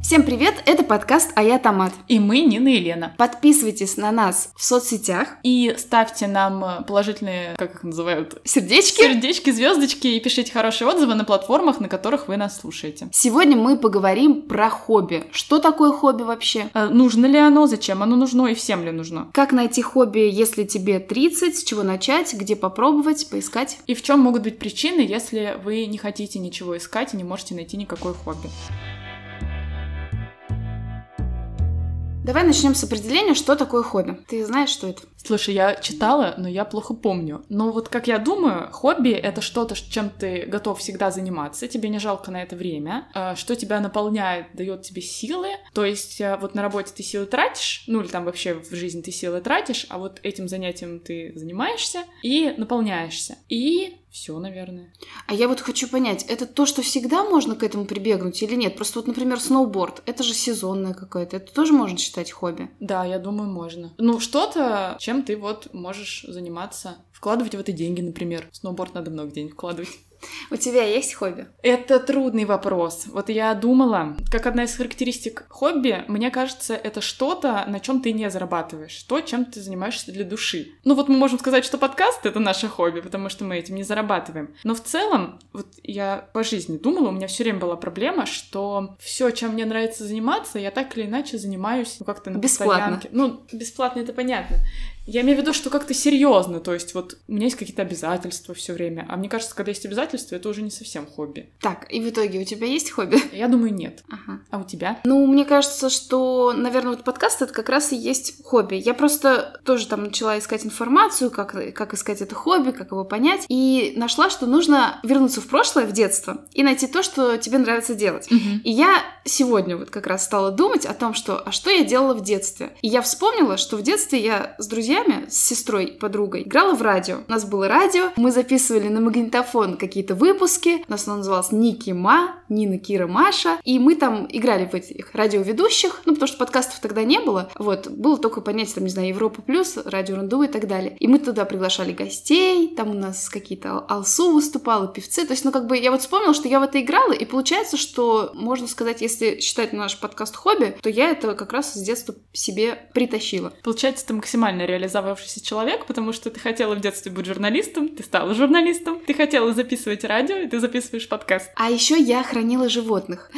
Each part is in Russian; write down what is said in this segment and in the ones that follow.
Всем привет, это подкаст «А я Томат». И мы Нина и Лена. Подписывайтесь на нас в соцсетях. И ставьте нам положительные, как их называют? Сердечки, звездочки и пишите хорошие отзывы на платформах, на которых вы нас слушаете. Сегодня мы поговорим про хобби. Что такое хобби вообще? Нужно ли оно, зачем оно нужно и всем ли нужно? Как найти хобби, если тебе 30, с чего начать, где попробовать, поискать? И в чем могут быть причины, если вы не хотите ничего искать и не можете найти никакое хобби? Давай начнем с определения, что такое хобби. Ты знаешь, что это? Слушай, я читала, но я плохо помню. Но вот как я думаю, хобби — это что-то, чем ты готов всегда заниматься, тебе не жалко на это время, что тебя наполняет, дает тебе силы. То есть вот на работе ты силы тратишь, ну или там вообще в жизни ты силы тратишь, а вот этим занятием ты занимаешься и наполняешься. И все, наверное. А я вот хочу понять, это то, что всегда можно к этому прибегнуть или нет? Просто вот, например, сноуборд, это же сезонное какое-то, это тоже можно считать хобби? Да, я думаю, можно. Ну, что-то, чем ты вот можешь заниматься, вкладывать в это деньги, например. В сноуборд надо много денег вкладывать. У тебя есть хобби? Это трудный вопрос. Вот я думала, как одна из характеристик хобби, мне кажется, это что-то, на чем ты не зарабатываешь, то, чем ты занимаешься для души. Ну вот мы можем сказать, что подкаст — это наше хобби, потому что мы этим не зарабатываем. Но в целом, вот я по жизни думала, у меня все время была проблема, что все, чем мне нравится заниматься, я так или иначе занимаюсь, ну как-то на постоянке. Ну, бесплатно — это понятно. Я имею в виду, что как-то серьезно, то есть вот у меня есть какие-то обязательства все время, а мне кажется, когда есть обязательства, это уже не совсем хобби. Так, и в итоге у тебя есть хобби? Я думаю, нет. Ага. А у тебя? Ну, мне кажется, что, наверное, вот подкаст — это как раз и есть хобби. Я просто тоже там начала искать информацию, как искать это хобби, как его понять, и нашла, что нужно вернуться в прошлое, в детство, и найти то, что тебе нравится делать. Угу. И я сегодня вот как раз стала думать о том, что я делала в детстве. И я вспомнила, что в детстве я с друзьями, с сестрой и подругой играла в радио. У нас было радио, мы записывали на магнитофон какие-то выпуски, у нас оно называлось Ники Ма, Нина, Кира, Маша, и мы там играли в этих радиоведущих, ну, потому что подкастов тогда не было, вот, было только понятие, там, не знаю, Европа Плюс, Радио Рунду и так далее. И мы туда приглашали гостей, там у нас какие-то Алсу выступала, певцы, то есть, ну, как бы, я вот вспомнила, что я в это играла, и получается, что, можно сказать, если считать наш подкаст хобби, то я это как раз с детства себе притащила. Получается, ты максимально реализовавшийся человек, потому что ты хотела в детстве быть журналистом, ты стала журналистом, ты хотела записывать радио, и ты записываешь подкаст. А еще я хранила животных.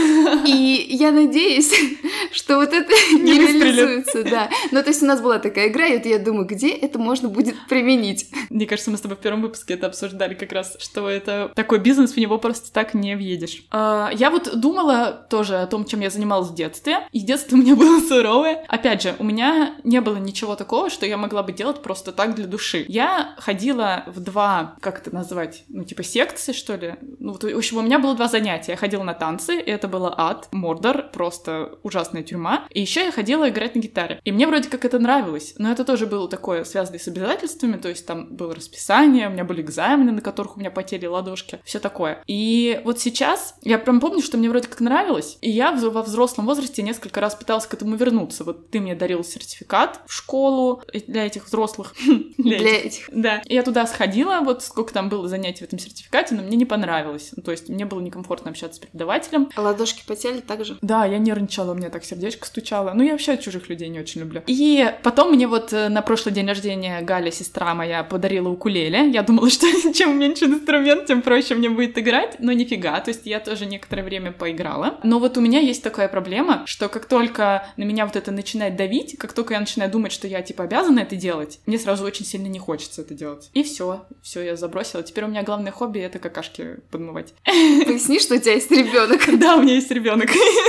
И я надеюсь, что вот это не реализуется, да. Ну, то есть у нас была такая игра, и вот я думаю, где это можно будет применить. Мне кажется, мы с тобой в первом выпуске это обсуждали как раз, что это такой бизнес, в него просто так не въедешь. Я вот думала тоже о том, чем я занималась в детстве, и детство у меня было суровое. Опять же, у меня не было ничего такого, что я могла бы делать просто так для души. Я ходила в 2, как это назвать, ну, типа секции, что ли? Ну, в общем, у меня было 2 занятия. Я ходила на танцы, и это было ад, Мордор, просто ужасная тюрьма. И еще я ходила играть на гитаре. И мне вроде как это нравилось, но это тоже было такое, связанное с обязательствами, то есть там было расписание, у меня были экзамены, на которых у меня потели ладошки, все такое. И вот сейчас я прям помню, что мне вроде как нравилось, и я во взрослом возрасте несколько раз пыталась к этому вернуться. Вот ты мне дарил сертификат в школу для этих взрослых. Для этих. Да. Я туда сходила, вот сколько там было занятий в этом сертификате, но мне не понравилось. Ну, то есть мне было некомфортно общаться с преподавателем. А ладошки потели так же? Да, я нервничала, у меня так сердечко стучало. Ну, я вообще чужих людей не очень люблю. И потом мне вот на прошлый день рождения Галя, сестра моя, подарила укулеле. Я думала, что чем меньше инструмент, тем проще мне будет играть. Но нифига, то есть я тоже некоторое время поиграла. Но вот у меня есть такая проблема, что как только на меня вот это начинает давить, как только я начинаю думать, что я типа обязана это делать, мне сразу очень сильно не хочется это делать. И все, я забросила. Теперь у меня главное хобби — это какашки подмывать. Поясни, что у тебя есть ребенок. Да, у меня есть ребенок.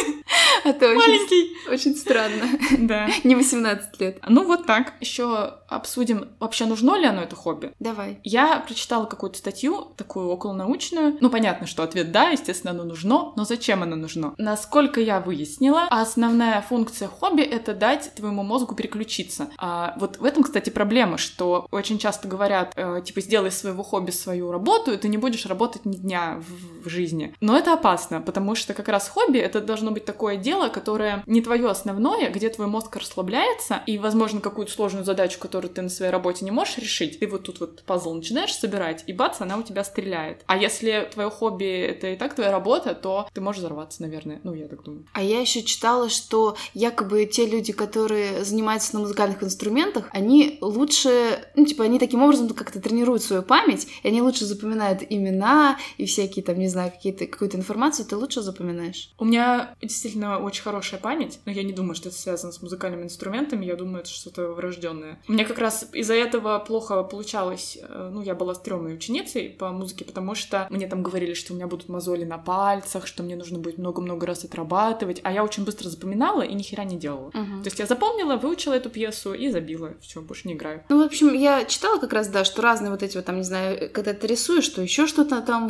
А то маленький. Очень странно. Да. Не 18 лет. Ну вот так. Еще обсудим, вообще нужно ли оно, это хобби. Давай. Я прочитала какую-то статью, такую околонаучную. Ну, понятно, что ответ да, естественно, оно нужно, но зачем оно нужно? Насколько я выяснила, основная функция хобби — это дать твоему мозгу переключиться. А вот в этом, кстати, проблема, что очень часто говорят, типа, сделай из своего хобби свою работу, и ты не будешь работать ни дня в жизни. Но это опасно, потому что как раз хобби — это должно быть такое дело, которое не твое основное, где твой мозг расслабляется, и, возможно, какую-то сложную задачу, которую которую ты на своей работе не можешь решить, ты вот тут вот пазл начинаешь собирать, и бац, она у тебя стреляет. А если твое хобби — это и так твоя работа, то ты можешь взорваться, наверное. Ну, я так думаю. А я еще читала, что якобы те люди, которые занимаются на музыкальных инструментах, они лучше, они таким образом как-то тренируют свою память, и они лучше запоминают имена и всякие там, не знаю, какую-то информацию ты лучше запоминаешь. У меня действительно очень хорошая память, но я не думаю, что это связано с музыкальными инструментами, я думаю, это что-то врожденное. У меня как раз из-за этого плохо получалось, я была стрёмной ученицей по музыке, потому что мне там говорили, что у меня будут мозоли на пальцах, что мне нужно будет много-много раз отрабатывать, а я очень быстро запоминала и ни хера не делала. То есть я запомнила, выучила эту пьесу и забила, все, больше не играю. Ну, в общем, я читала как раз, да, что разные вот эти вот там, не знаю, когда ты рисуешь, что еще что-то там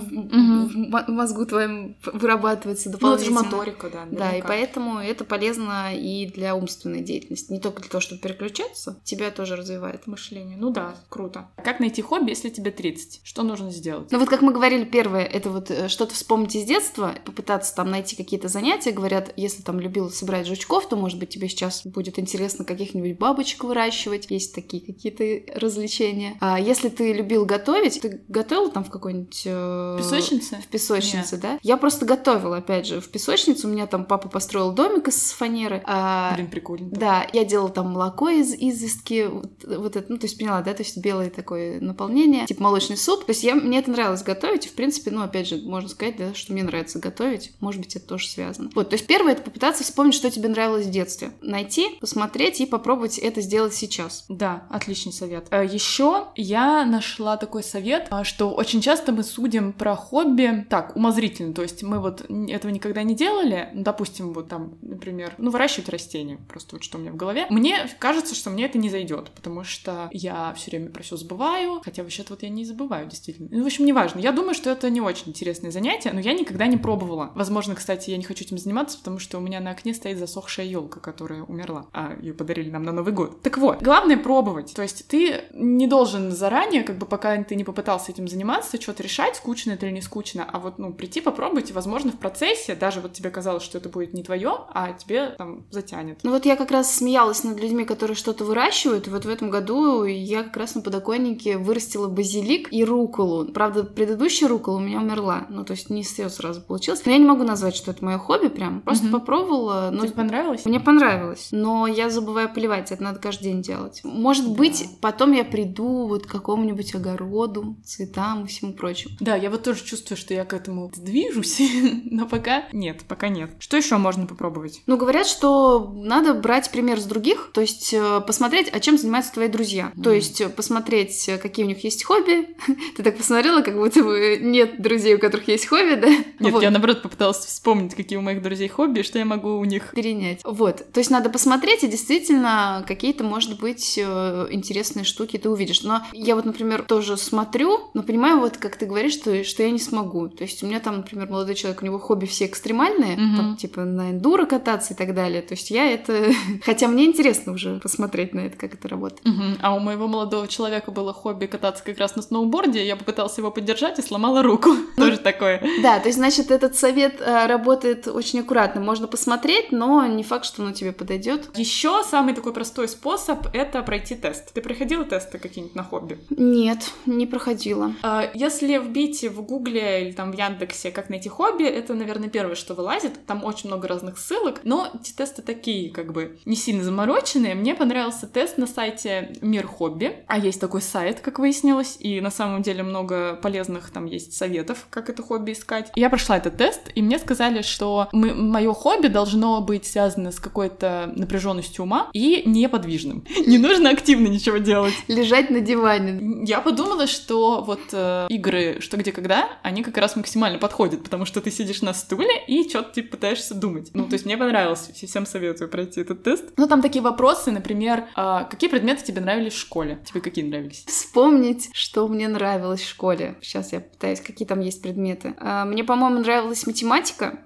в мозгу твоем вырабатывается дополнительно. Ну, это же моторика, да. Да, и поэтому это полезно и для умственной деятельности. Не только для того, чтобы переключаться, тебя тоже развивает мышление. Ну да, круто. Как найти хобби, если тебе 30? Что нужно сделать? Ну вот как мы говорили, первое, это вот что-то вспомнить из детства, попытаться там найти какие-то занятия. Говорят, если там любил собирать жучков, то, может быть, тебе сейчас будет интересно каких-нибудь бабочек выращивать. Есть такие какие-то развлечения. А если ты любил готовить, ты готовила там в какой-нибудь... Песочнице? В песочнице, Нет. Да? Я просто готовила, опять же, в песочнице. У меня там папа построил домик из фанеры. Блин, прикольно. Да, я делала там молоко из известки, вот это, то есть поняла, да, то есть белое такое наполнение, типа молочный суп. То есть мне это нравилось готовить, и, в принципе, опять же, можно сказать, да, что мне нравится готовить. Может быть, это тоже связано. Вот, то есть первое — это попытаться вспомнить, что тебе нравилось в детстве. Найти, посмотреть и попробовать это сделать сейчас. Да, отличный совет. Еще я нашла такой совет, что очень часто мы судим про хобби так, умозрительно, то есть мы вот этого никогда не делали, допустим, вот там, например, выращивать растения, просто вот что у меня в голове. Мне кажется, что мне это не зайдет, потому что я все время про все забываю, хотя вообще-то вот я не забываю, действительно. В общем, неважно. Я думаю, что это не очень интересное занятие, но я никогда не пробовала. Возможно, кстати, я не хочу этим заниматься, потому что у меня на окне стоит засохшая елка, которая умерла, а ее подарили нам на Новый год. Так вот, главное пробовать. То есть ты не должен заранее, пока ты не попытался этим заниматься, что-то решать, скучно это или не скучно, а вот, прийти попробовать, и, возможно, в процессе, даже вот тебе казалось, что это будет не твое, а тебе там затянет. Вот я как раз смеялась над людьми, которые что-то выращивают. Вот в этом году я как раз на подоконнике вырастила базилик и рукколу. Правда, предыдущая руккола у меня умерла. То есть не с её сразу получилось. Но я не могу назвать, что это мое хобби прям. Просто попробовала. Тебе понравилось? Мне понравилось. Но я забываю поливать. Это надо каждый день делать. Может быть, потом я приду вот к какому-нибудь огороду, цветам и всему прочему. Да, я вот тоже чувствую, что я к этому движусь, но пока нет. Что еще можно попробовать? Говорят, что надо брать пример с других, то есть посмотреть, чем занимаются твои друзья. То есть посмотреть, какие у них есть хобби. Ты так посмотрела, как будто бы нет друзей, у которых есть хобби, да? Нет, я, наоборот, попыталась вспомнить, какие у моих друзей хобби, что я могу у них перенять. Вот. То есть надо посмотреть, и действительно какие-то, может быть, интересные штуки ты увидишь. Но я вот, например, тоже смотрю, но понимаю, вот как ты говоришь, что я не смогу. То есть у меня там, например, молодой человек, у него хобби все экстремальные, там, типа на эндуро кататься и так далее. То есть я это... Хотя мне интересно уже посмотреть на это, как это работает. А у моего молодого человека было хобби кататься как раз на сноуборде, я попыталась его поддержать и сломала руку. Тоже такое. Да, то есть, значит, этот совет работает очень аккуратно. Можно посмотреть, но не факт, что оно тебе подойдет. Еще самый такой простой способ — это пройти тест. Ты проходила тесты какие-нибудь на хобби? Нет, не проходила. Если вбить в Гугле или там в Яндексе «Как найти хобби», это, наверное, первое, что вылазит. Там очень много разных ссылок, но эти тесты такие, не сильно замороченные. Мне понравился тест на сайте «Мир хобби», а есть такой сайт, как выяснилось, и на самом деле много полезных там есть советов, как это хобби искать. Я прошла этот тест, и мне сказали, что мое хобби должно быть связано с какой-то напряженностью ума и неподвижным. Не нужно активно ничего делать. Лежать на диване. Я подумала, что вот игры «Что, где, когда», они как раз максимально подходят, потому что ты сидишь на стуле и что-то пытаешься думать. То есть мне понравилось, всем советую пройти этот тест. Там такие вопросы, например, какие предметы тебе нравились в школе? Тебе какие нравились? Вспомнить, что мне нравилось в школе. Сейчас я пытаюсь, какие там есть предметы. Мне, по-моему, нравилась математика,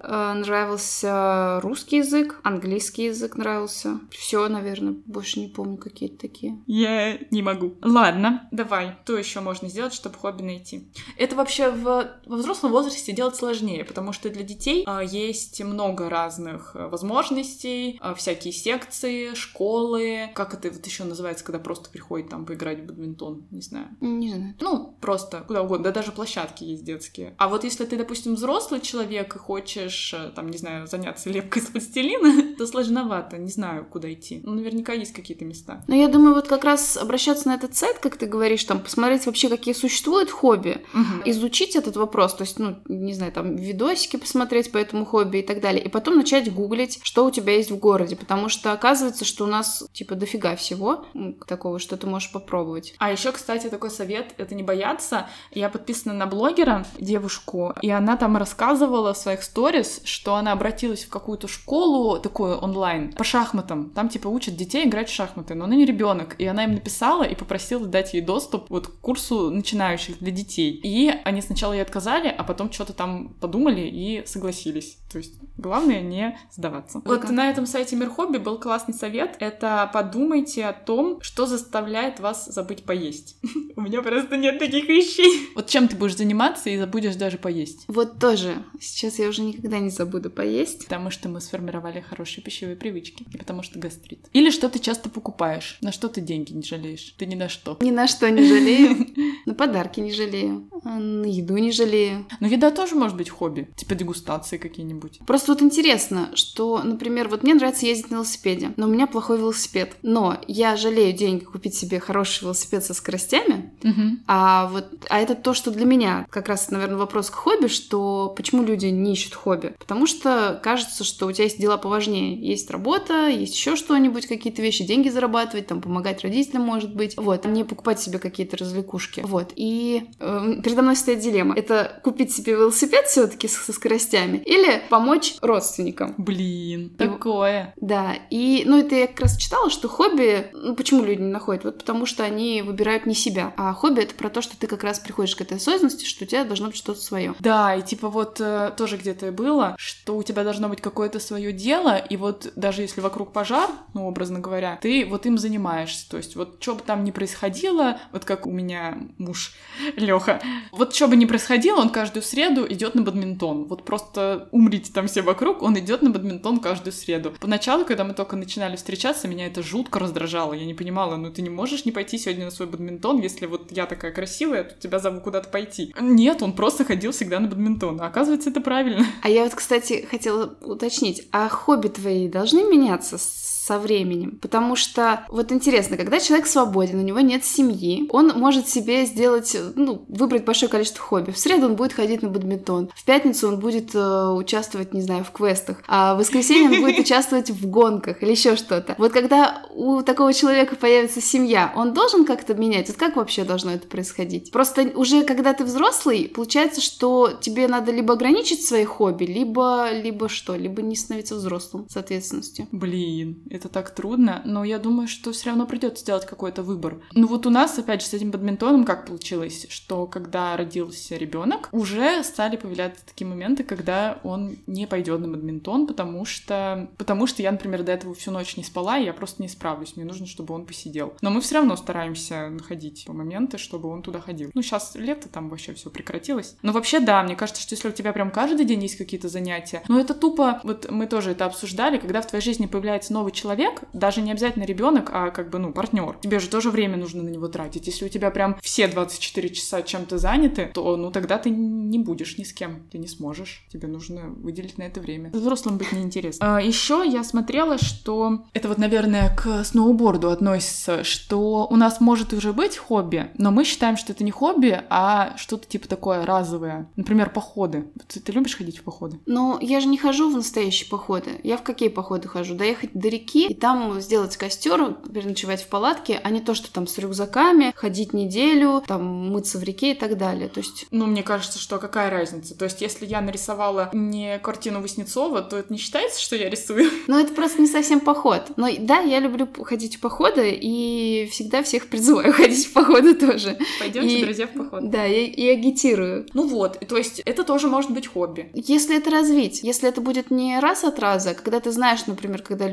нравился русский язык, английский язык нравился. Все, наверное, больше не помню какие-то такие. Я не могу. Ладно, давай. Что еще можно сделать, чтобы хобби найти? Это вообще во взрослом возрасте делать сложнее, потому что для детей есть много разных возможностей, всякие секции, школы, как это вот еще называется, называется, когда просто приходит там поиграть в бадминтон, не знаю. Не знаю. Ну, просто куда угодно, да даже площадки есть детские. А вот если ты, допустим, взрослый человек и хочешь, там, не знаю, заняться лепкой из пластилина, то сложновато, не знаю, куда идти. Ну, наверняка есть какие-то места. Но я думаю, вот как раз обращаться на этот сайт, как ты говоришь, там, посмотреть вообще, какие существуют хобби, изучить этот вопрос, то есть, ну, не знаю, там, видосики посмотреть по этому хобби и так далее, и потом начать гуглить, что у тебя есть в городе, потому что оказывается, что у нас, типа, дофига всего такого, что ты можешь попробовать. А еще, кстати, такой совет — это не бояться. Я подписана на блогера, девушку, и она там рассказывала в своих сторис, что она обратилась в какую-то школу, такую онлайн, по шахматам. Там, типа, учат детей играть в шахматы, но она не ребенок. И она им написала и попросила дать ей доступ вот к курсу начинающих для детей. И они сначала ей отказали, а потом что-то там подумали и согласились. То есть главное не сдаваться. Вот на этом сайте Мир Хобби был классный совет. Это подумайте о том, что заставляет вас забыть поесть. У меня просто нет таких вещей. Вот чем ты будешь заниматься и забудешь даже поесть? Вот тоже. Сейчас я уже никогда не забуду поесть. Потому что мы сформировали хорошие пищевые привычки. И потому что гастрит. Или что ты часто покупаешь. На что ты деньги не жалеешь? Ты ни на что. Ни на что не жалею. На подарки не жалею. На еду не жалею. Но еда тоже может быть хобби. Типа дегустации какие-нибудь. Просто вот интересно, что, например, вот мне нравится ездить на велосипеде, но у меня плохой велосипед. Но я жалею деньги купить себе хороший велосипед со скоростями. А это то, что для меня как раз, наверное, вопрос к хобби, что почему люди не ищут хобби? Потому что кажется, что у тебя есть дела поважнее. Есть работа, есть еще что-нибудь, какие-то вещи, деньги зарабатывать, там, помогать родителям, может быть. Вот, не покупать себе какие-то развлекушки. Вот, и передо мной стоит дилемма. Это купить себе велосипед все-таки со скоростями или помочь родственникам. Блин, такое. Да, и, это я как раз читала, что хобби, почему люди не находят? Вот потому что они выбирают не себя, а хобби — это про то, что ты как раз приходишь к этой осознанности, что у тебя должно быть что-то свое. Да, и типа вот тоже где-то и было, что у тебя должно быть какое-то свое дело, и вот даже если вокруг пожар, образно говоря, ты вот им занимаешься, то есть вот что бы там ни происходило, вот как у меня муж Лёха, вот что бы ни происходило, он каждую среду идет на бадминтон, вот просто умрите там все вокруг, он идет на бадминтон каждую среду. Поначалу, когда мы только начинали встречаться, меня это жутко раздражало, я не понимала, ты не можешь не пойти сегодня на свой бадминтон, если вот я такая красивая, то тебя зову куда-то пойти. Нет, он просто ходил всегда на бадминтон, а оказывается, это правильно. А я вот, кстати, хотела уточнить, а хобби твои должны меняться со временем? Потому что, вот интересно, когда человек свободен, у него нет семьи, он может себе сделать, выбрать большое количество хобби. В среду он будет ходить на бадминтон, в пятницу он будет участвовать, не знаю, в квестах, а в воскресенье он будет участвовать в гонках или еще что-то. Вот когда у такого человека появится семья, он должен как-то менять? Вот как вообще должно это происходить? Просто уже когда ты взрослый, получается, что тебе надо либо ограничить свои хобби, либо не становиться взрослым с ответственностью. Блин, это так трудно, но я думаю, что все равно придется сделать какой-то выбор. Вот у нас, опять же, с этим бадминтоном как получилось, что когда родился ребенок, уже стали появляться такие моменты, когда он не пойдет на бадминтон, потому что я, например, до этого всю ночь не спала, и я просто не справлюсь, мне нужно, чтобы он посидел. Но мы все равно стараемся находить моменты, чтобы он туда ходил. Сейчас лето, там вообще все прекратилось. Но вообще, да, мне кажется, что если у тебя прям каждый день есть какие-то занятия, это тупо, вот мы тоже это обсуждали, когда в твоей жизни появляется новый человек, даже не обязательно ребенок, а партнер. Тебе же тоже время нужно на него тратить. Если у тебя прям все 24 часа чем-то заняты, то, тогда ты не будешь ни с кем, ты не сможешь. Тебе нужно выделить на это время. Взрослым быть неинтересно. Еще я смотрела, что это вот, наверное, к сноуборду относится, что у нас может уже быть хобби, но мы считаем, что это не хобби, а что-то типа такое разовое. Например, походы. Ты любишь ходить в походы? Я же не хожу в настоящие походы. Я в какие походы хожу? Доехать до реки и там сделать костер, переночевать в палатке, а не то, что там с рюкзаками, ходить неделю, там мыться в реке и так далее. То есть... мне кажется, что какая разница? То есть, если я нарисовала не картину Васнецова, то это не считается, что я рисую? Это просто не совсем поход. Но да, я люблю ходить в походы и всегда всех призываю ходить в походы тоже. Пойдемте, друзья, в поход. Да, и агитирую. То есть это тоже может быть хобби. Если это развить, если это будет не раз от раза, когда ты знаешь, например, когда люди там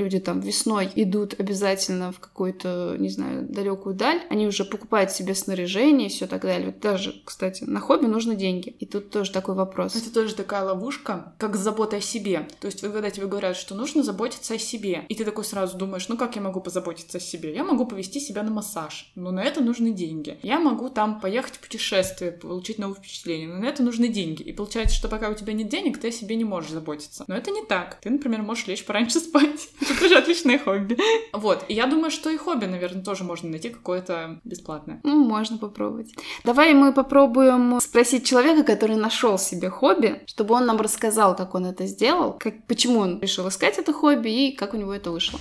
весной идут обязательно в какую-то, не знаю, далекую даль, они уже покупают себе снаряжение и все так далее. Вот даже, кстати, на хобби нужны деньги. И тут тоже такой вопрос. Это тоже такая ловушка, как с заботой о себе. То есть, когда тебе говорят, что нужно заботиться о себе, и ты такой сразу думаешь, ну как я могу позаботиться о себе? Я могу повести себя на массаж, но на это нужны деньги. Я могу там поехать в путешествие, получить новые впечатления, но на это нужны деньги. И получается, что пока у тебя нет денег, ты о себе не можешь заботиться. Но это не так. Ты, например, можешь лечь пораньше спать. Это тоже отличное хобби. Вот. И я думаю, что и хобби, наверное, тоже можно найти какое-то бесплатное. Ну, можно попробовать. Давай мы попробуем спросить человека, который нашел себе хобби, чтобы он нам рассказал, как он это сделал, почему он решил искать это хобби и как у него это вышло.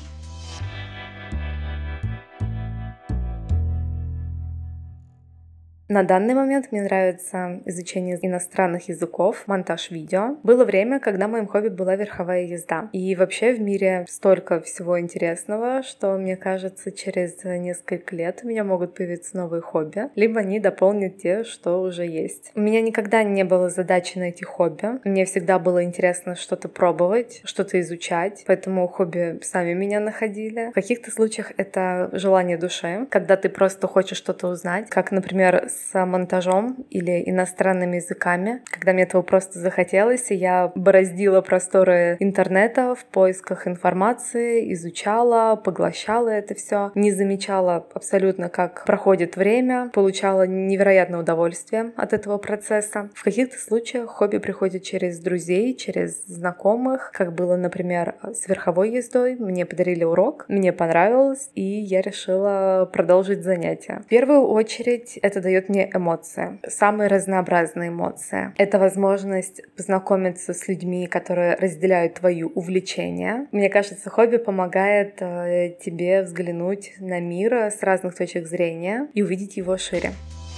На данный момент мне нравится изучение иностранных языков, монтаж видео. Было время, когда моим хобби была верховая езда. И вообще в мире столько всего интересного, что, мне кажется, через несколько лет у меня могут появиться новые хобби, либо они дополнят те, что уже есть. У меня никогда не было задачи найти хобби. Мне всегда было интересно что-то пробовать, что-то изучать, поэтому хобби сами меня находили. В каких-то случаях это желание души, когда ты просто хочешь что-то узнать, как, например, с монтажом или иностранными языками, когда мне этого просто захотелось, и я бороздила просторы интернета в поисках информации, изучала, поглощала это все, не замечала абсолютно, как проходит время, получала невероятное удовольствие от этого процесса. В каких-то случаях хобби приходит через друзей, через знакомых, как было, например, с верховой ездой. Мне подарили урок, мне понравилось, и я решила продолжить занятия. В первую очередь это дает мне эмоции, самые разнообразные эмоции. Это возможность познакомиться с людьми, которые разделяют твои увлечения. Мне кажется, хобби помогает тебе взглянуть на мир с разных точек зрения и увидеть его шире.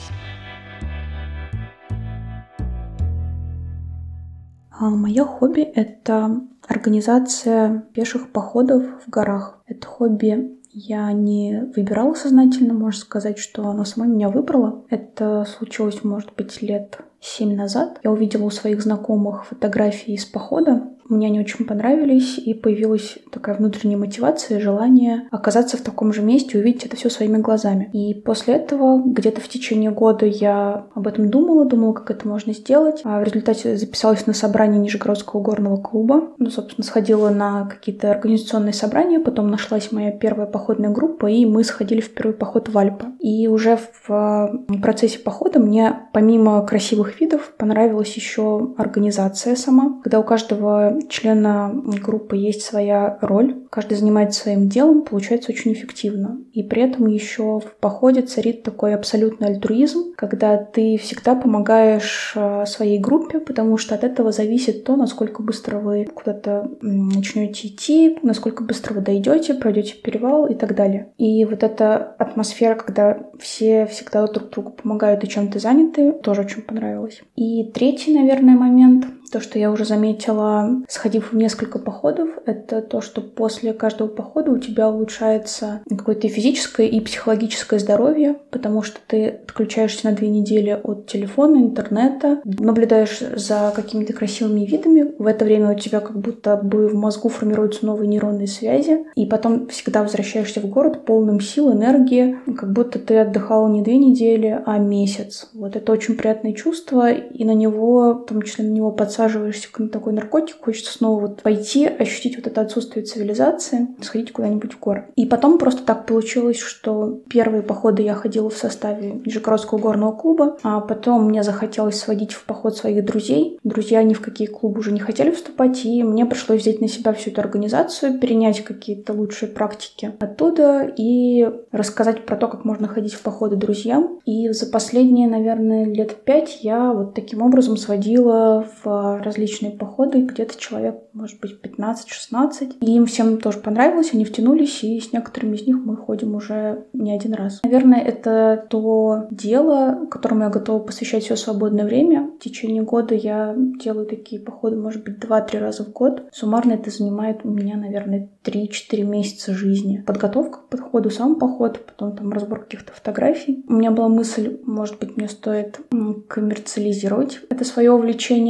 Мое хобби — это организация пеших походов в горах. Это хобби я не выбирала сознательно, можно сказать, что оно само меня выбрало. Это случилось, может быть, лет 7 назад. Я увидела у своих знакомых фотографии из похода. Мне они очень понравились, и появилась такая внутренняя мотивация, желание оказаться в таком же месте, увидеть это все своими глазами. И после этого, где-то в течение года я об этом думала, как это можно сделать. А в результате записалась на собрание Нижегородского горного клуба. Собственно, сходила на какие-то организационные собрания, потом нашлась моя первая походная группа, и мы сходили в первый поход в Альпы. И уже в процессе похода мне, помимо красивых видов, понравилась еще организация сама, когда у каждого члена группы есть своя роль, каждый занимается своим делом, получается очень эффективно. И при этом еще в походе царит такой абсолютный альтруизм, когда ты всегда помогаешь своей группе, потому что от этого зависит то, насколько быстро вы куда-то начнете идти, насколько быстро вы дойдете, пройдете перевал и так далее. И вот эта атмосфера, когда все всегда друг другу помогают и чем-то заняты, тоже очень понравилась. И третий, наверное, момент, то, что я уже заметила, сходив в несколько походов, это то, что после каждого похода у тебя улучшается какое-то и физическое, и психологическое здоровье, потому что ты отключаешься на 2 недели от телефона, интернета, наблюдаешь за какими-то красивыми видами. В это время у тебя как будто бы в мозгу формируются новые нейронные связи, и потом всегда возвращаешься в город полным сил, энергии, как будто ты отдыхал не 2 недели, а месяц. Вот это очень приятное чувство, и на него, в том числе на него подсаживаешься на такой наркотик, хочется снова вот пойти, ощутить вот это отсутствие цивилизации, сходить куда-нибудь в горы. И потом просто так получилось, что первые походы я ходила в составе Нижегородского горного клуба, а потом мне захотелось сводить в поход своих друзей. Друзья ни в какие клубы уже не хотели вступать, и мне пришлось взять на себя всю эту организацию, перенять какие-то лучшие практики оттуда и рассказать про то, как можно ходить в походы друзьям. И за последние, наверное, лет 5 я вот таким образом сводила в различные походы, где-то человек, может быть, 15-16. И им всем тоже понравилось, они втянулись, и с некоторыми из них мы ходим уже не один раз. Наверное, это то дело, которому я готова посвящать все свободное время. В течение года я делаю такие походы, может быть, 2-3 раза в год. Суммарно это занимает у меня, наверное, 3-4 месяца жизни. Подготовка к походу, сам поход, потом там разбор каких-то фотографий. У меня была мысль, может быть, мне стоит коммерциализировать это свое увлечение. Одно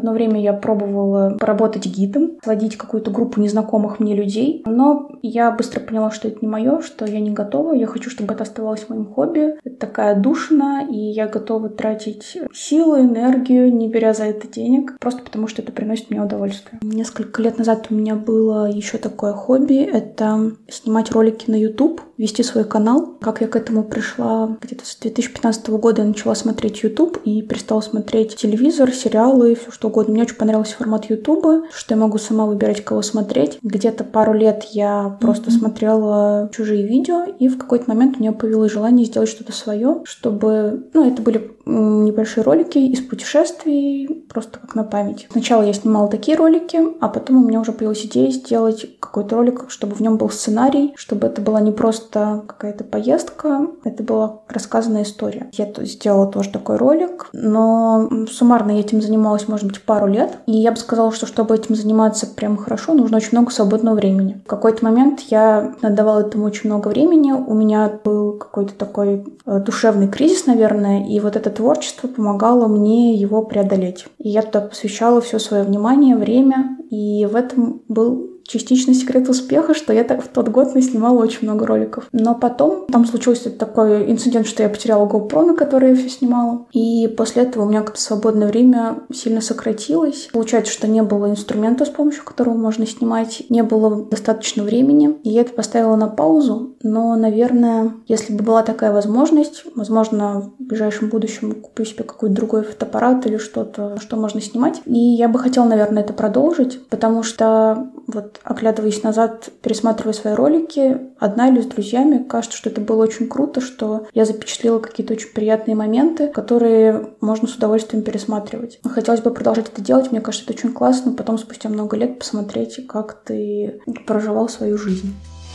Одно время я пробовала поработать гидом, сводить какую-то группу незнакомых мне людей, но я быстро поняла, что это не мое, что я не готова. Я хочу, чтобы это оставалось моим хобби. Это такая отдушина, и я готова тратить силы, энергию, не беря за это денег, просто потому что это приносит мне удовольствие. Несколько лет назад у меня было еще такое хобби — это снимать ролики на YouTube, вести свой канал. Как я к этому пришла? Где-то с 2015 года я начала смотреть YouTube и перестала смотреть телевизор, сериалы, все что угодно. Мне очень понравился формат YouTube, что я могу сама выбирать, кого смотреть. Где-то пару лет я просто смотрела чужие видео, и в какой-то момент у меня появилось желание сделать что-то свое, чтобы... это были небольшие ролики из путешествий, просто как на память. Сначала я снимала такие ролики, а потом у меня уже появилась идея сделать какой-то ролик, чтобы в нем был сценарий, чтобы это была не просто какая-то поездка, это была рассказанная история. Я сделала тоже такой ролик, но суммарно я этим занималась, может быть, пару лет, и я бы сказала, что чтобы этим заниматься прям хорошо, нужно очень много свободного времени. В какой-то момент я отдавала этому очень много времени, у меня был какой-то такой душевный кризис, наверное, и вот это творчество помогало мне его преодолеть. И я туда посвящала все свое внимание, время, и в этом был частично секрет успеха, что я в тот год наснимала очень много роликов. Но потом там случился такой инцидент, что я потеряла GoPro, на которой я все снимала. И после этого у меня как-то свободное время сильно сократилось. Получается, что не было инструмента, с помощью которого можно снимать, не было достаточно времени. И я это поставила на паузу. Но, наверное, если бы была такая возможность, возможно, в ближайшем будущем куплю себе какой-то другой фотоаппарат или что-то, что можно снимать. И я бы хотела, наверное, это продолжить, потому что оглядываясь назад, пересматривая свои ролики, одна или с друзьями, кажется, что это было очень круто, что я запечатлела какие-то очень приятные моменты, которые можно с удовольствием пересматривать. Хотелось бы продолжать это делать, мне кажется, это очень классно, потом спустя много лет посмотреть, как ты проживал свою жизнь.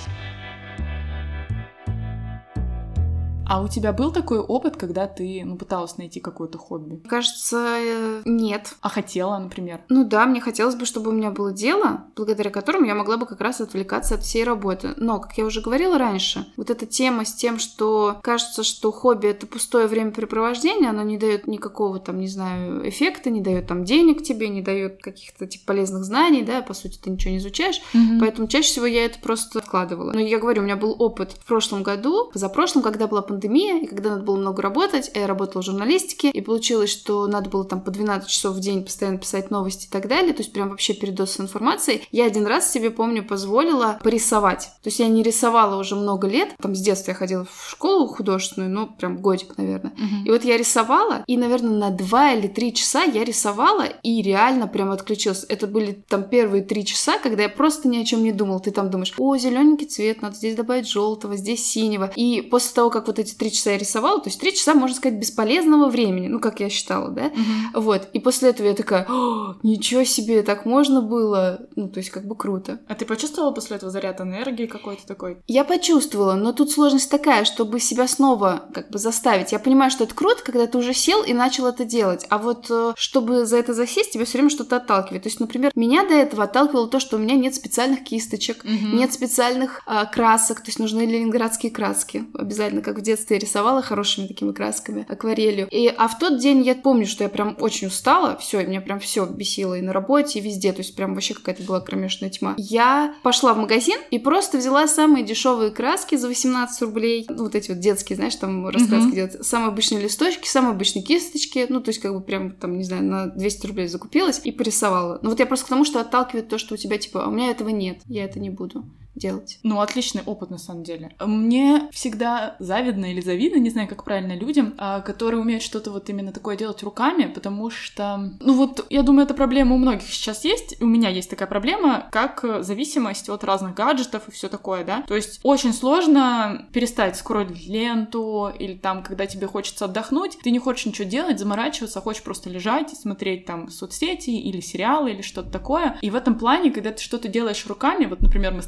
А у тебя был такой опыт, когда ты, пыталась найти какое-то хобби? Кажется, нет. А хотела, например? Да, мне хотелось бы, чтобы у меня было дело, благодаря которому я могла бы как раз отвлекаться от всей работы. Но, как я уже говорила раньше, вот эта тема с тем, что кажется, что хобби — это пустое времяпрепровождение, оно не дает никакого эффекта, не дает денег тебе, не дает каких-то полезных знаний, да, по сути, ты ничего не изучаешь, поэтому чаще всего я это просто откладывала. Но я говорю, у меня был опыт в прошлом году, позапрошлом, когда была пандемия, и когда надо было много работать, я работала в журналистике, и получилось, что надо было по 12 часов в день постоянно писать новости и так далее, то есть прям вообще передоз с информацией. Я один раз себе, помню, позволила порисовать. То есть я не рисовала уже много лет, с детства я ходила в школу художественную, прям годик, наверное. И вот я рисовала, и, наверное, на 2 или 3 часа я рисовала, и реально прям отключилась. Это были первые 3 часа, когда я просто ни о чем не думала. Ты думаешь, зелененький цвет, надо здесь добавить желтого, здесь синего. И после того, как эти 3 часа я рисовала, то есть 3 часа, можно сказать, бесполезного времени, как я считала, да? И после этого я такая, ничего себе, так можно было? То есть круто. А ты почувствовала после этого заряд энергии какой-то такой? Я почувствовала, но тут сложность такая, чтобы себя снова заставить. Я понимаю, что это круто, когда ты уже сел и начал это делать, а чтобы за это засесть, тебя все время что-то отталкивает. То есть, например, меня до этого отталкивало то, что у меня нет специальных кисточек, нет специальных красок, то есть нужны ленинградские краски. Обязательно, как в детстве я рисовала хорошими такими красками, акварелью. А в тот день я помню, что я прям очень устала, все, и меня прям все бесило и на работе, и везде, то есть прям вообще какая-то была кромешная тьма. Я пошла в магазин и просто взяла самые дешевые краски за 18 рублей, эти детские, знаешь, раскраски делают, самые обычные листочки, самые обычные кисточки, то есть прям не знаю, на 200 рублей закупилась и порисовала. Я просто к тому, что отталкивает то, что у тебя у меня этого нет, я это не буду делать. Отличный опыт, на самом деле. Мне всегда завидно или завидно, не знаю, как правильно, людям, которые умеют что-то именно такое делать руками, потому что, я думаю, эта проблема у многих сейчас есть, и у меня есть такая проблема, как зависимость от разных гаджетов и все такое, да. То есть очень сложно перестать скроллить ленту, или когда тебе хочется отдохнуть, ты не хочешь ничего делать, заморачиваться, хочешь просто лежать и смотреть соцсети или сериалы или что-то такое. И в этом плане, когда ты что-то делаешь руками, например, мы с тобой ходили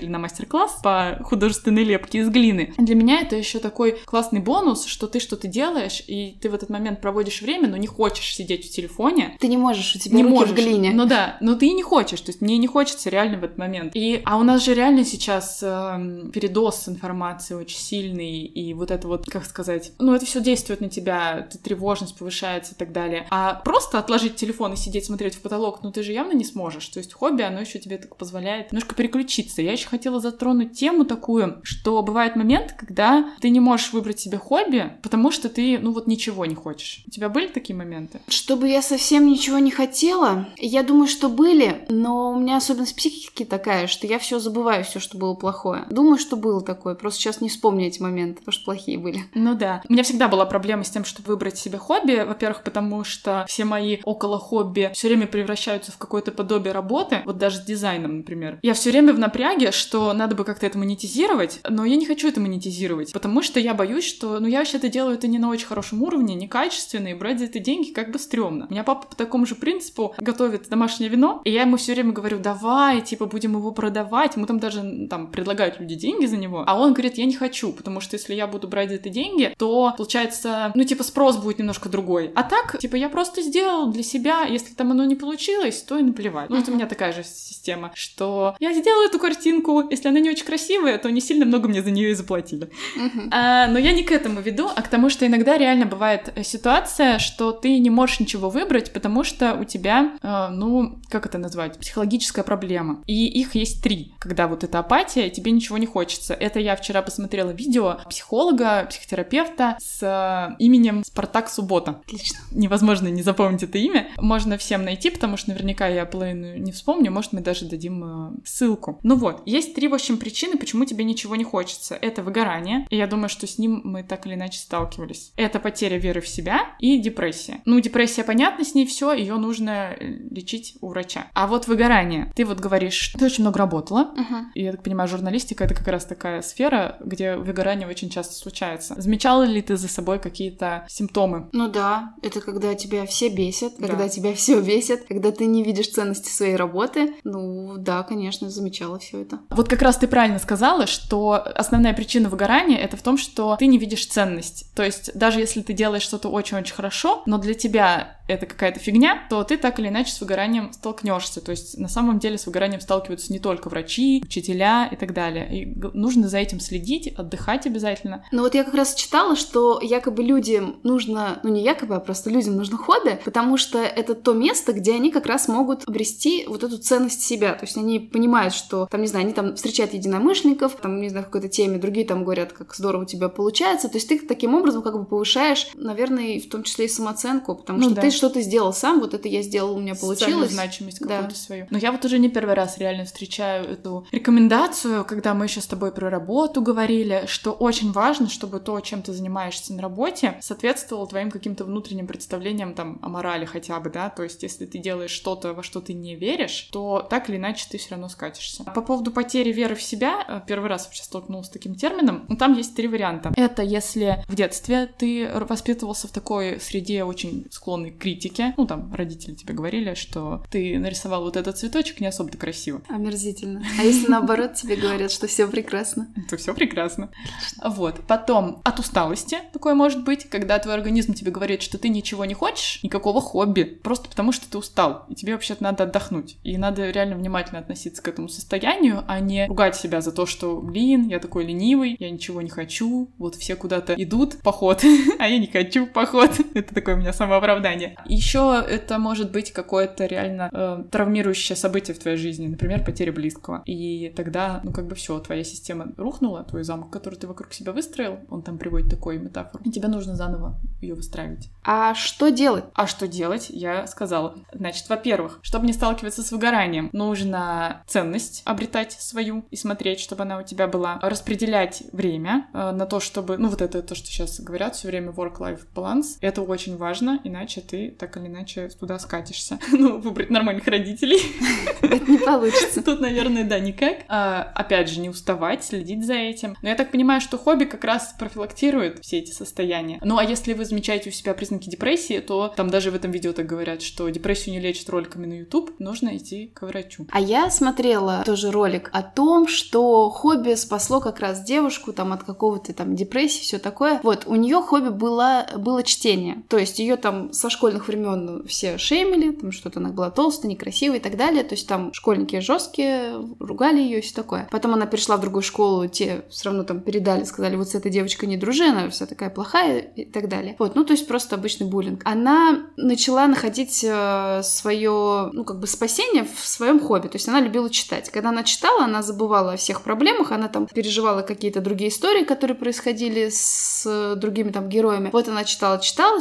ходили на мастер-класс по художественной лепке из глины. Для меня это еще такой классный бонус, что ты что-то делаешь, и ты в этот момент проводишь время, но не хочешь сидеть в телефоне. Ты не можешь, у тебя руки в глине. Ну да, но ты и не хочешь, то есть мне не хочется реально в этот момент. А у нас же реально сейчас передоз информации очень сильный, и вот это вот, как сказать, это все действует на тебя, тревожность повышается и так далее. А просто отложить телефон и сидеть смотреть в потолок, ты же явно не сможешь. То есть хобби, оно еще тебе так позволяет немножко переключиться. Я еще хотела затронуть тему такую, что бывает момент, когда ты не можешь выбрать себе хобби, потому что ты, ничего не хочешь. У тебя были такие моменты? Чтобы я совсем ничего не хотела, я думаю, что были, но у меня особенность психики такая, что я все забываю, все, что было плохое. Думаю, что было такое, просто сейчас не вспомню эти моменты, потому что плохие были. Ну да. У меня всегда была проблема с тем, чтобы выбрать себе хобби. Во-первых, потому что все мои около хобби все время превращаются в какое-то подобие работы, вот даже с дизайном, например. Я все время в напряге, что надо бы как-то это монетизировать, но я не хочу это монетизировать, потому что я боюсь, что, я вообще-то делаю это не на очень хорошем уровне, некачественно, и брать за это деньги как бы стрёмно. У меня папа по такому же принципу готовит домашнее вино, и я ему все время говорю, давай, будем его продавать, ему там даже предлагают люди деньги за него, а он говорит, я не хочу, потому что если я буду брать за это деньги, то, получается, спрос будет немножко другой. А так, я просто сделал для себя, если там оно не получилось, то и наплевать. Вот у меня такая же система, что я сделала эту картинку, если она не очень красивая, то не сильно много мне за нее и заплатили. Но я не к этому веду, а к тому, что иногда реально бывает ситуация, что ты не можешь ничего выбрать, потому что у тебя, как это назвать, психологическая проблема. И их есть 3. Когда вот эта апатия, тебе ничего не хочется. Это я вчера посмотрела видео психолога, психотерапевта с именем Спартак Суббота. Отлично. Невозможно не запомнить это имя. Можно всем найти, потому что наверняка я половину не вспомню, может, мы даже дадим ссылку. Есть 3, в общем, причины, почему тебе ничего не хочется. Это выгорание, и я думаю, что с ним мы так или иначе сталкивались. Это потеря веры в себя и депрессия. Депрессия, понятно, с ней все, ее нужно лечить у врача. А вот выгорание. Ты вот говоришь, ты очень много работала, и я так понимаю, журналистика — это как раз такая сфера, где выгорание очень часто случается. Замечала ли ты за собой какие-то симптомы? Да, это когда тебя все бесят, когда тебя все бесит, когда ты не видишь ценности своей работы. Да, конечно, замечала все это. Вот как раз ты правильно сказала, что основная причина выгорания — это в том, что ты не видишь ценность. То есть даже если ты делаешь что-то очень-очень хорошо, но для тебя это какая-то фигня, то ты так или иначе с выгоранием столкнешься. То есть на самом деле с выгоранием сталкиваются не только врачи, учителя и так далее. И нужно за этим следить, отдыхать обязательно. Я как раз читала, что якобы людям нужно, не якобы, а просто людям нужно хобби, потому что это то место, где они как раз могут обрести вот эту ценность себя. То есть они понимают, что, они встречают единомышленников, в какой-то теме, другие говорят, как здорово у тебя получается. То есть ты таким образом повышаешь, наверное, в том числе и самооценку, потому что ты что-то сделал сам, вот это я сделал, у меня получилось. Значимость какую-то свою. Но я вот уже не первый раз реально встречаю эту рекомендацию, когда мы еще с тобой про работу говорили, что очень важно, чтобы то, чем ты занимаешься на работе, соответствовало твоим каким-то внутренним представлениям о морали хотя бы, да, то есть если ты делаешь что-то, во что ты не веришь, то так или иначе ты все равно скатишься. По поводу потери веры в себя, первый раз вообще столкнулась с таким термином, там есть 3 варианта. Это если в детстве ты воспитывался в такой среде очень склонной к критике, родители тебе говорили, что ты нарисовал вот этот цветочек не особо-то красиво. Омерзительно. А если наоборот тебе говорят, что все прекрасно? То все прекрасно. Вот. Потом от усталости такое может быть, когда твой организм тебе говорит, что ты ничего не хочешь, никакого хобби, просто потому что ты устал, и тебе вообще-то надо отдохнуть. И надо реально внимательно относиться к этому состоянию, а не ругать себя за то, что, я такой ленивый, я ничего не хочу, вот все куда-то идут в поход, а я не хочу в поход. Это такое у меня самооправдание. Еще это может быть какое-то реально травмирующее событие в твоей жизни, например, потеря близкого. И тогда, все, твоя система рухнула, твой замок, который ты вокруг себя выстроил, он там приводит такую метафору, и тебе нужно заново ее выстраивать. А что делать? А что делать, я сказала. Значит, во-первых, чтобы не сталкиваться с выгоранием, нужно ценность обретать свою и смотреть, чтобы она у тебя была. Распределять время на то, чтобы... это то, что сейчас говорят все время work-life balance. Это очень важно, иначе ты ты так или иначе туда скатишься. Ну, выбрать нормальных родителей. Это не получится. Тут, наверное, да, никак. Опять же, не уставать, следить за этим. Но я так понимаю, что хобби как раз профилактирует все эти состояния. Ну, а если вы замечаете у себя признаки депрессии, то там даже в этом видео так говорят, что депрессию не лечат роликами на YouTube, нужно идти к врачу. А я смотрела тоже ролик о том, что хобби спасло как раз девушку там от какого-то там депрессии, все такое. Вот, у нее хобби было чтение. То есть ее там со школьных времен все шеймили, там что-то она была толстая, некрасивая и так далее. То есть там школьники жесткие, ругали ее и все такое. Потом она перешла в другую школу, те все равно там передали, сказали, вот с этой девочкой не дружи, она вся такая плохая и так далее. Вот, ну то есть просто обычный буллинг. Она начала находить свое, ну как бы спасение в своем хобби. То есть она любила читать. Когда она читала, она забывала о всех проблемах, она там переживала какие-то другие истории, которые происходили с другими там героями. Вот она читала,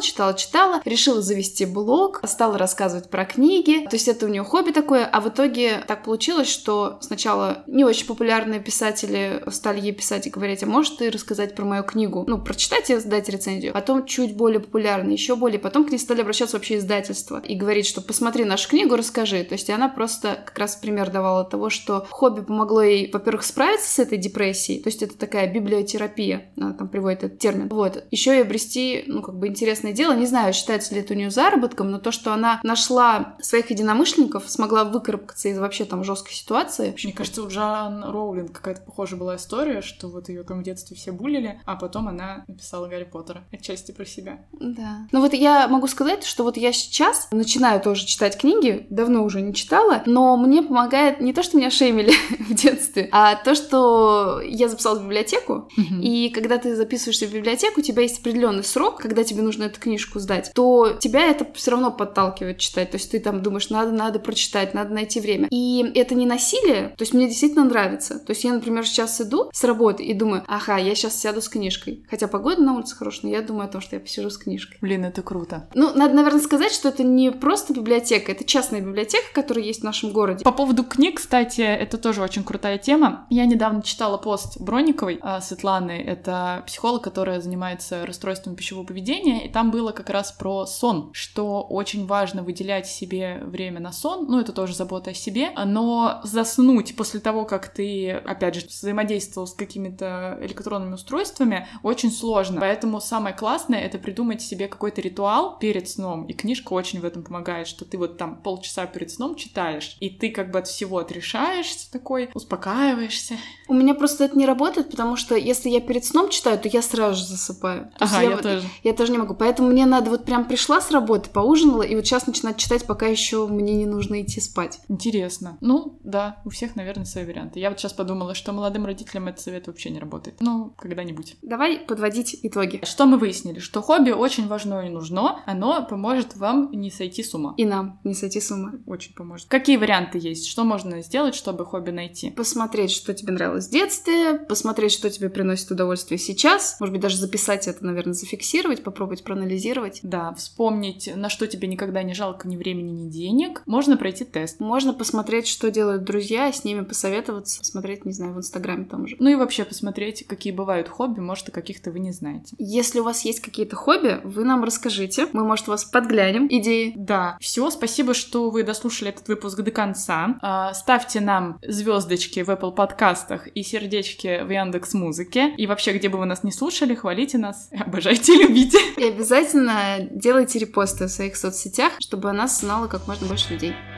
решила завести блог, стала рассказывать про книги. То есть это у нее хобби такое, а в итоге так получилось, что сначала не очень популярные писатели стали ей писать и говорить, а можешь ты рассказать про мою книгу? Ну, прочитать и сдать рецензию. Потом чуть более популярные, еще более. Потом к ней стали обращаться вообще издательства и говорить, что посмотри нашу книгу, расскажи. То есть она просто как раз пример давала того, что хобби помогло ей, во-первых, справиться с этой депрессией. То есть это такая библиотерапия, она там приводит этот термин. Вот. Еще и обрести, ну, как бы интересное дело. Не знаю, считается ли это у нее заработком, но то, что она нашла своих единомышленников, смогла выкарабкаться из вообще там жесткой ситуации. Мне кажется, у Джоан Роулинг какая-то похожая была история, что вот ее там в детстве все буллили, а потом она написала Гарри Поттера. Отчасти про себя. Да. Ну вот я могу сказать, что вот я сейчас начинаю тоже читать книги, давно уже не читала, но мне помогает не то, что меня шеймили в детстве, а то, что я записалась в библиотеку, и когда ты записываешься в библиотеку, у тебя есть определенный срок, когда тебе нужно эту книжку сдать, то тебя это все равно подталкивает читать. То есть ты там думаешь, надо прочитать, надо найти время. И это не насилие, то есть мне действительно нравится. То есть я, например, сейчас иду с работы и думаю, ага, я сейчас сяду с книжкой. Хотя погода на улице хорошая, но я думаю о том, что я посижу с книжкой. Блин, это круто. Ну, надо, наверное, сказать, что это не просто библиотека, это частная библиотека, которая есть в нашем городе. По поводу книг, кстати, это тоже очень крутая тема. Я недавно читала пост Бронниковой, Светланы, это психолог, которая занимается расстройством пищевого поведения, и там было как раз про сон, что очень важно выделять себе время на сон, ну, это тоже забота о себе, но заснуть после того, как ты, опять же, взаимодействовал с какими-то электронными устройствами, очень сложно. Поэтому самое классное — это придумать себе какой-то ритуал перед сном, и книжка очень в этом помогает, что ты вот там полчаса перед сном читаешь, и ты как бы от всего отрешаешься такой, успокаиваешься. У меня просто это не работает, потому что если я перед сном читаю, то я сразу же засыпаю. Ага, я тоже. Я тоже не могу. Поэтому мне надо вот прям пришла с работы, поужинала, и вот сейчас начинать читать, пока еще мне не нужно идти спать. Интересно. Ну, да, у всех, наверное, свои варианты. Я вот сейчас подумала, что молодым родителям этот совет вообще не работает. Ну, когда-нибудь. Давай подводить итоги. Что мы выяснили? Что хобби очень важно и нужно. Оно поможет вам не сойти с ума. И нам не сойти с ума. Очень поможет. Какие варианты есть? Что можно сделать, чтобы хобби найти? Посмотреть, что тебе нравилось в детстве, посмотреть, что тебе приносит удовольствие сейчас. Может быть, даже записать это, наверное, зафиксировать, попробовать проанализировать. Да, вспомнить, на что тебе никогда не жалко ни времени, ни денег. Можно пройти тест. Можно посмотреть, что делают друзья, с ними посоветоваться, посмотреть, не знаю, в Инстаграме там же. Ну и вообще посмотреть, какие бывают хобби, может, и каких-то вы не знаете. Если у вас есть какие-то хобби, вы нам расскажите. Мы, может, вас подглянем идеи. Да. Все, спасибо, что вы дослушали этот выпуск до конца. Ставьте нам звездочки в Apple подкастах и сердечки в Яндекс.Музыке. И вообще, где бы вы нас не слушали, хвалите нас, обожайте, любите. И обязательно делайте репосты в своих соцсетях, чтобы о нас знало как можно больше людей.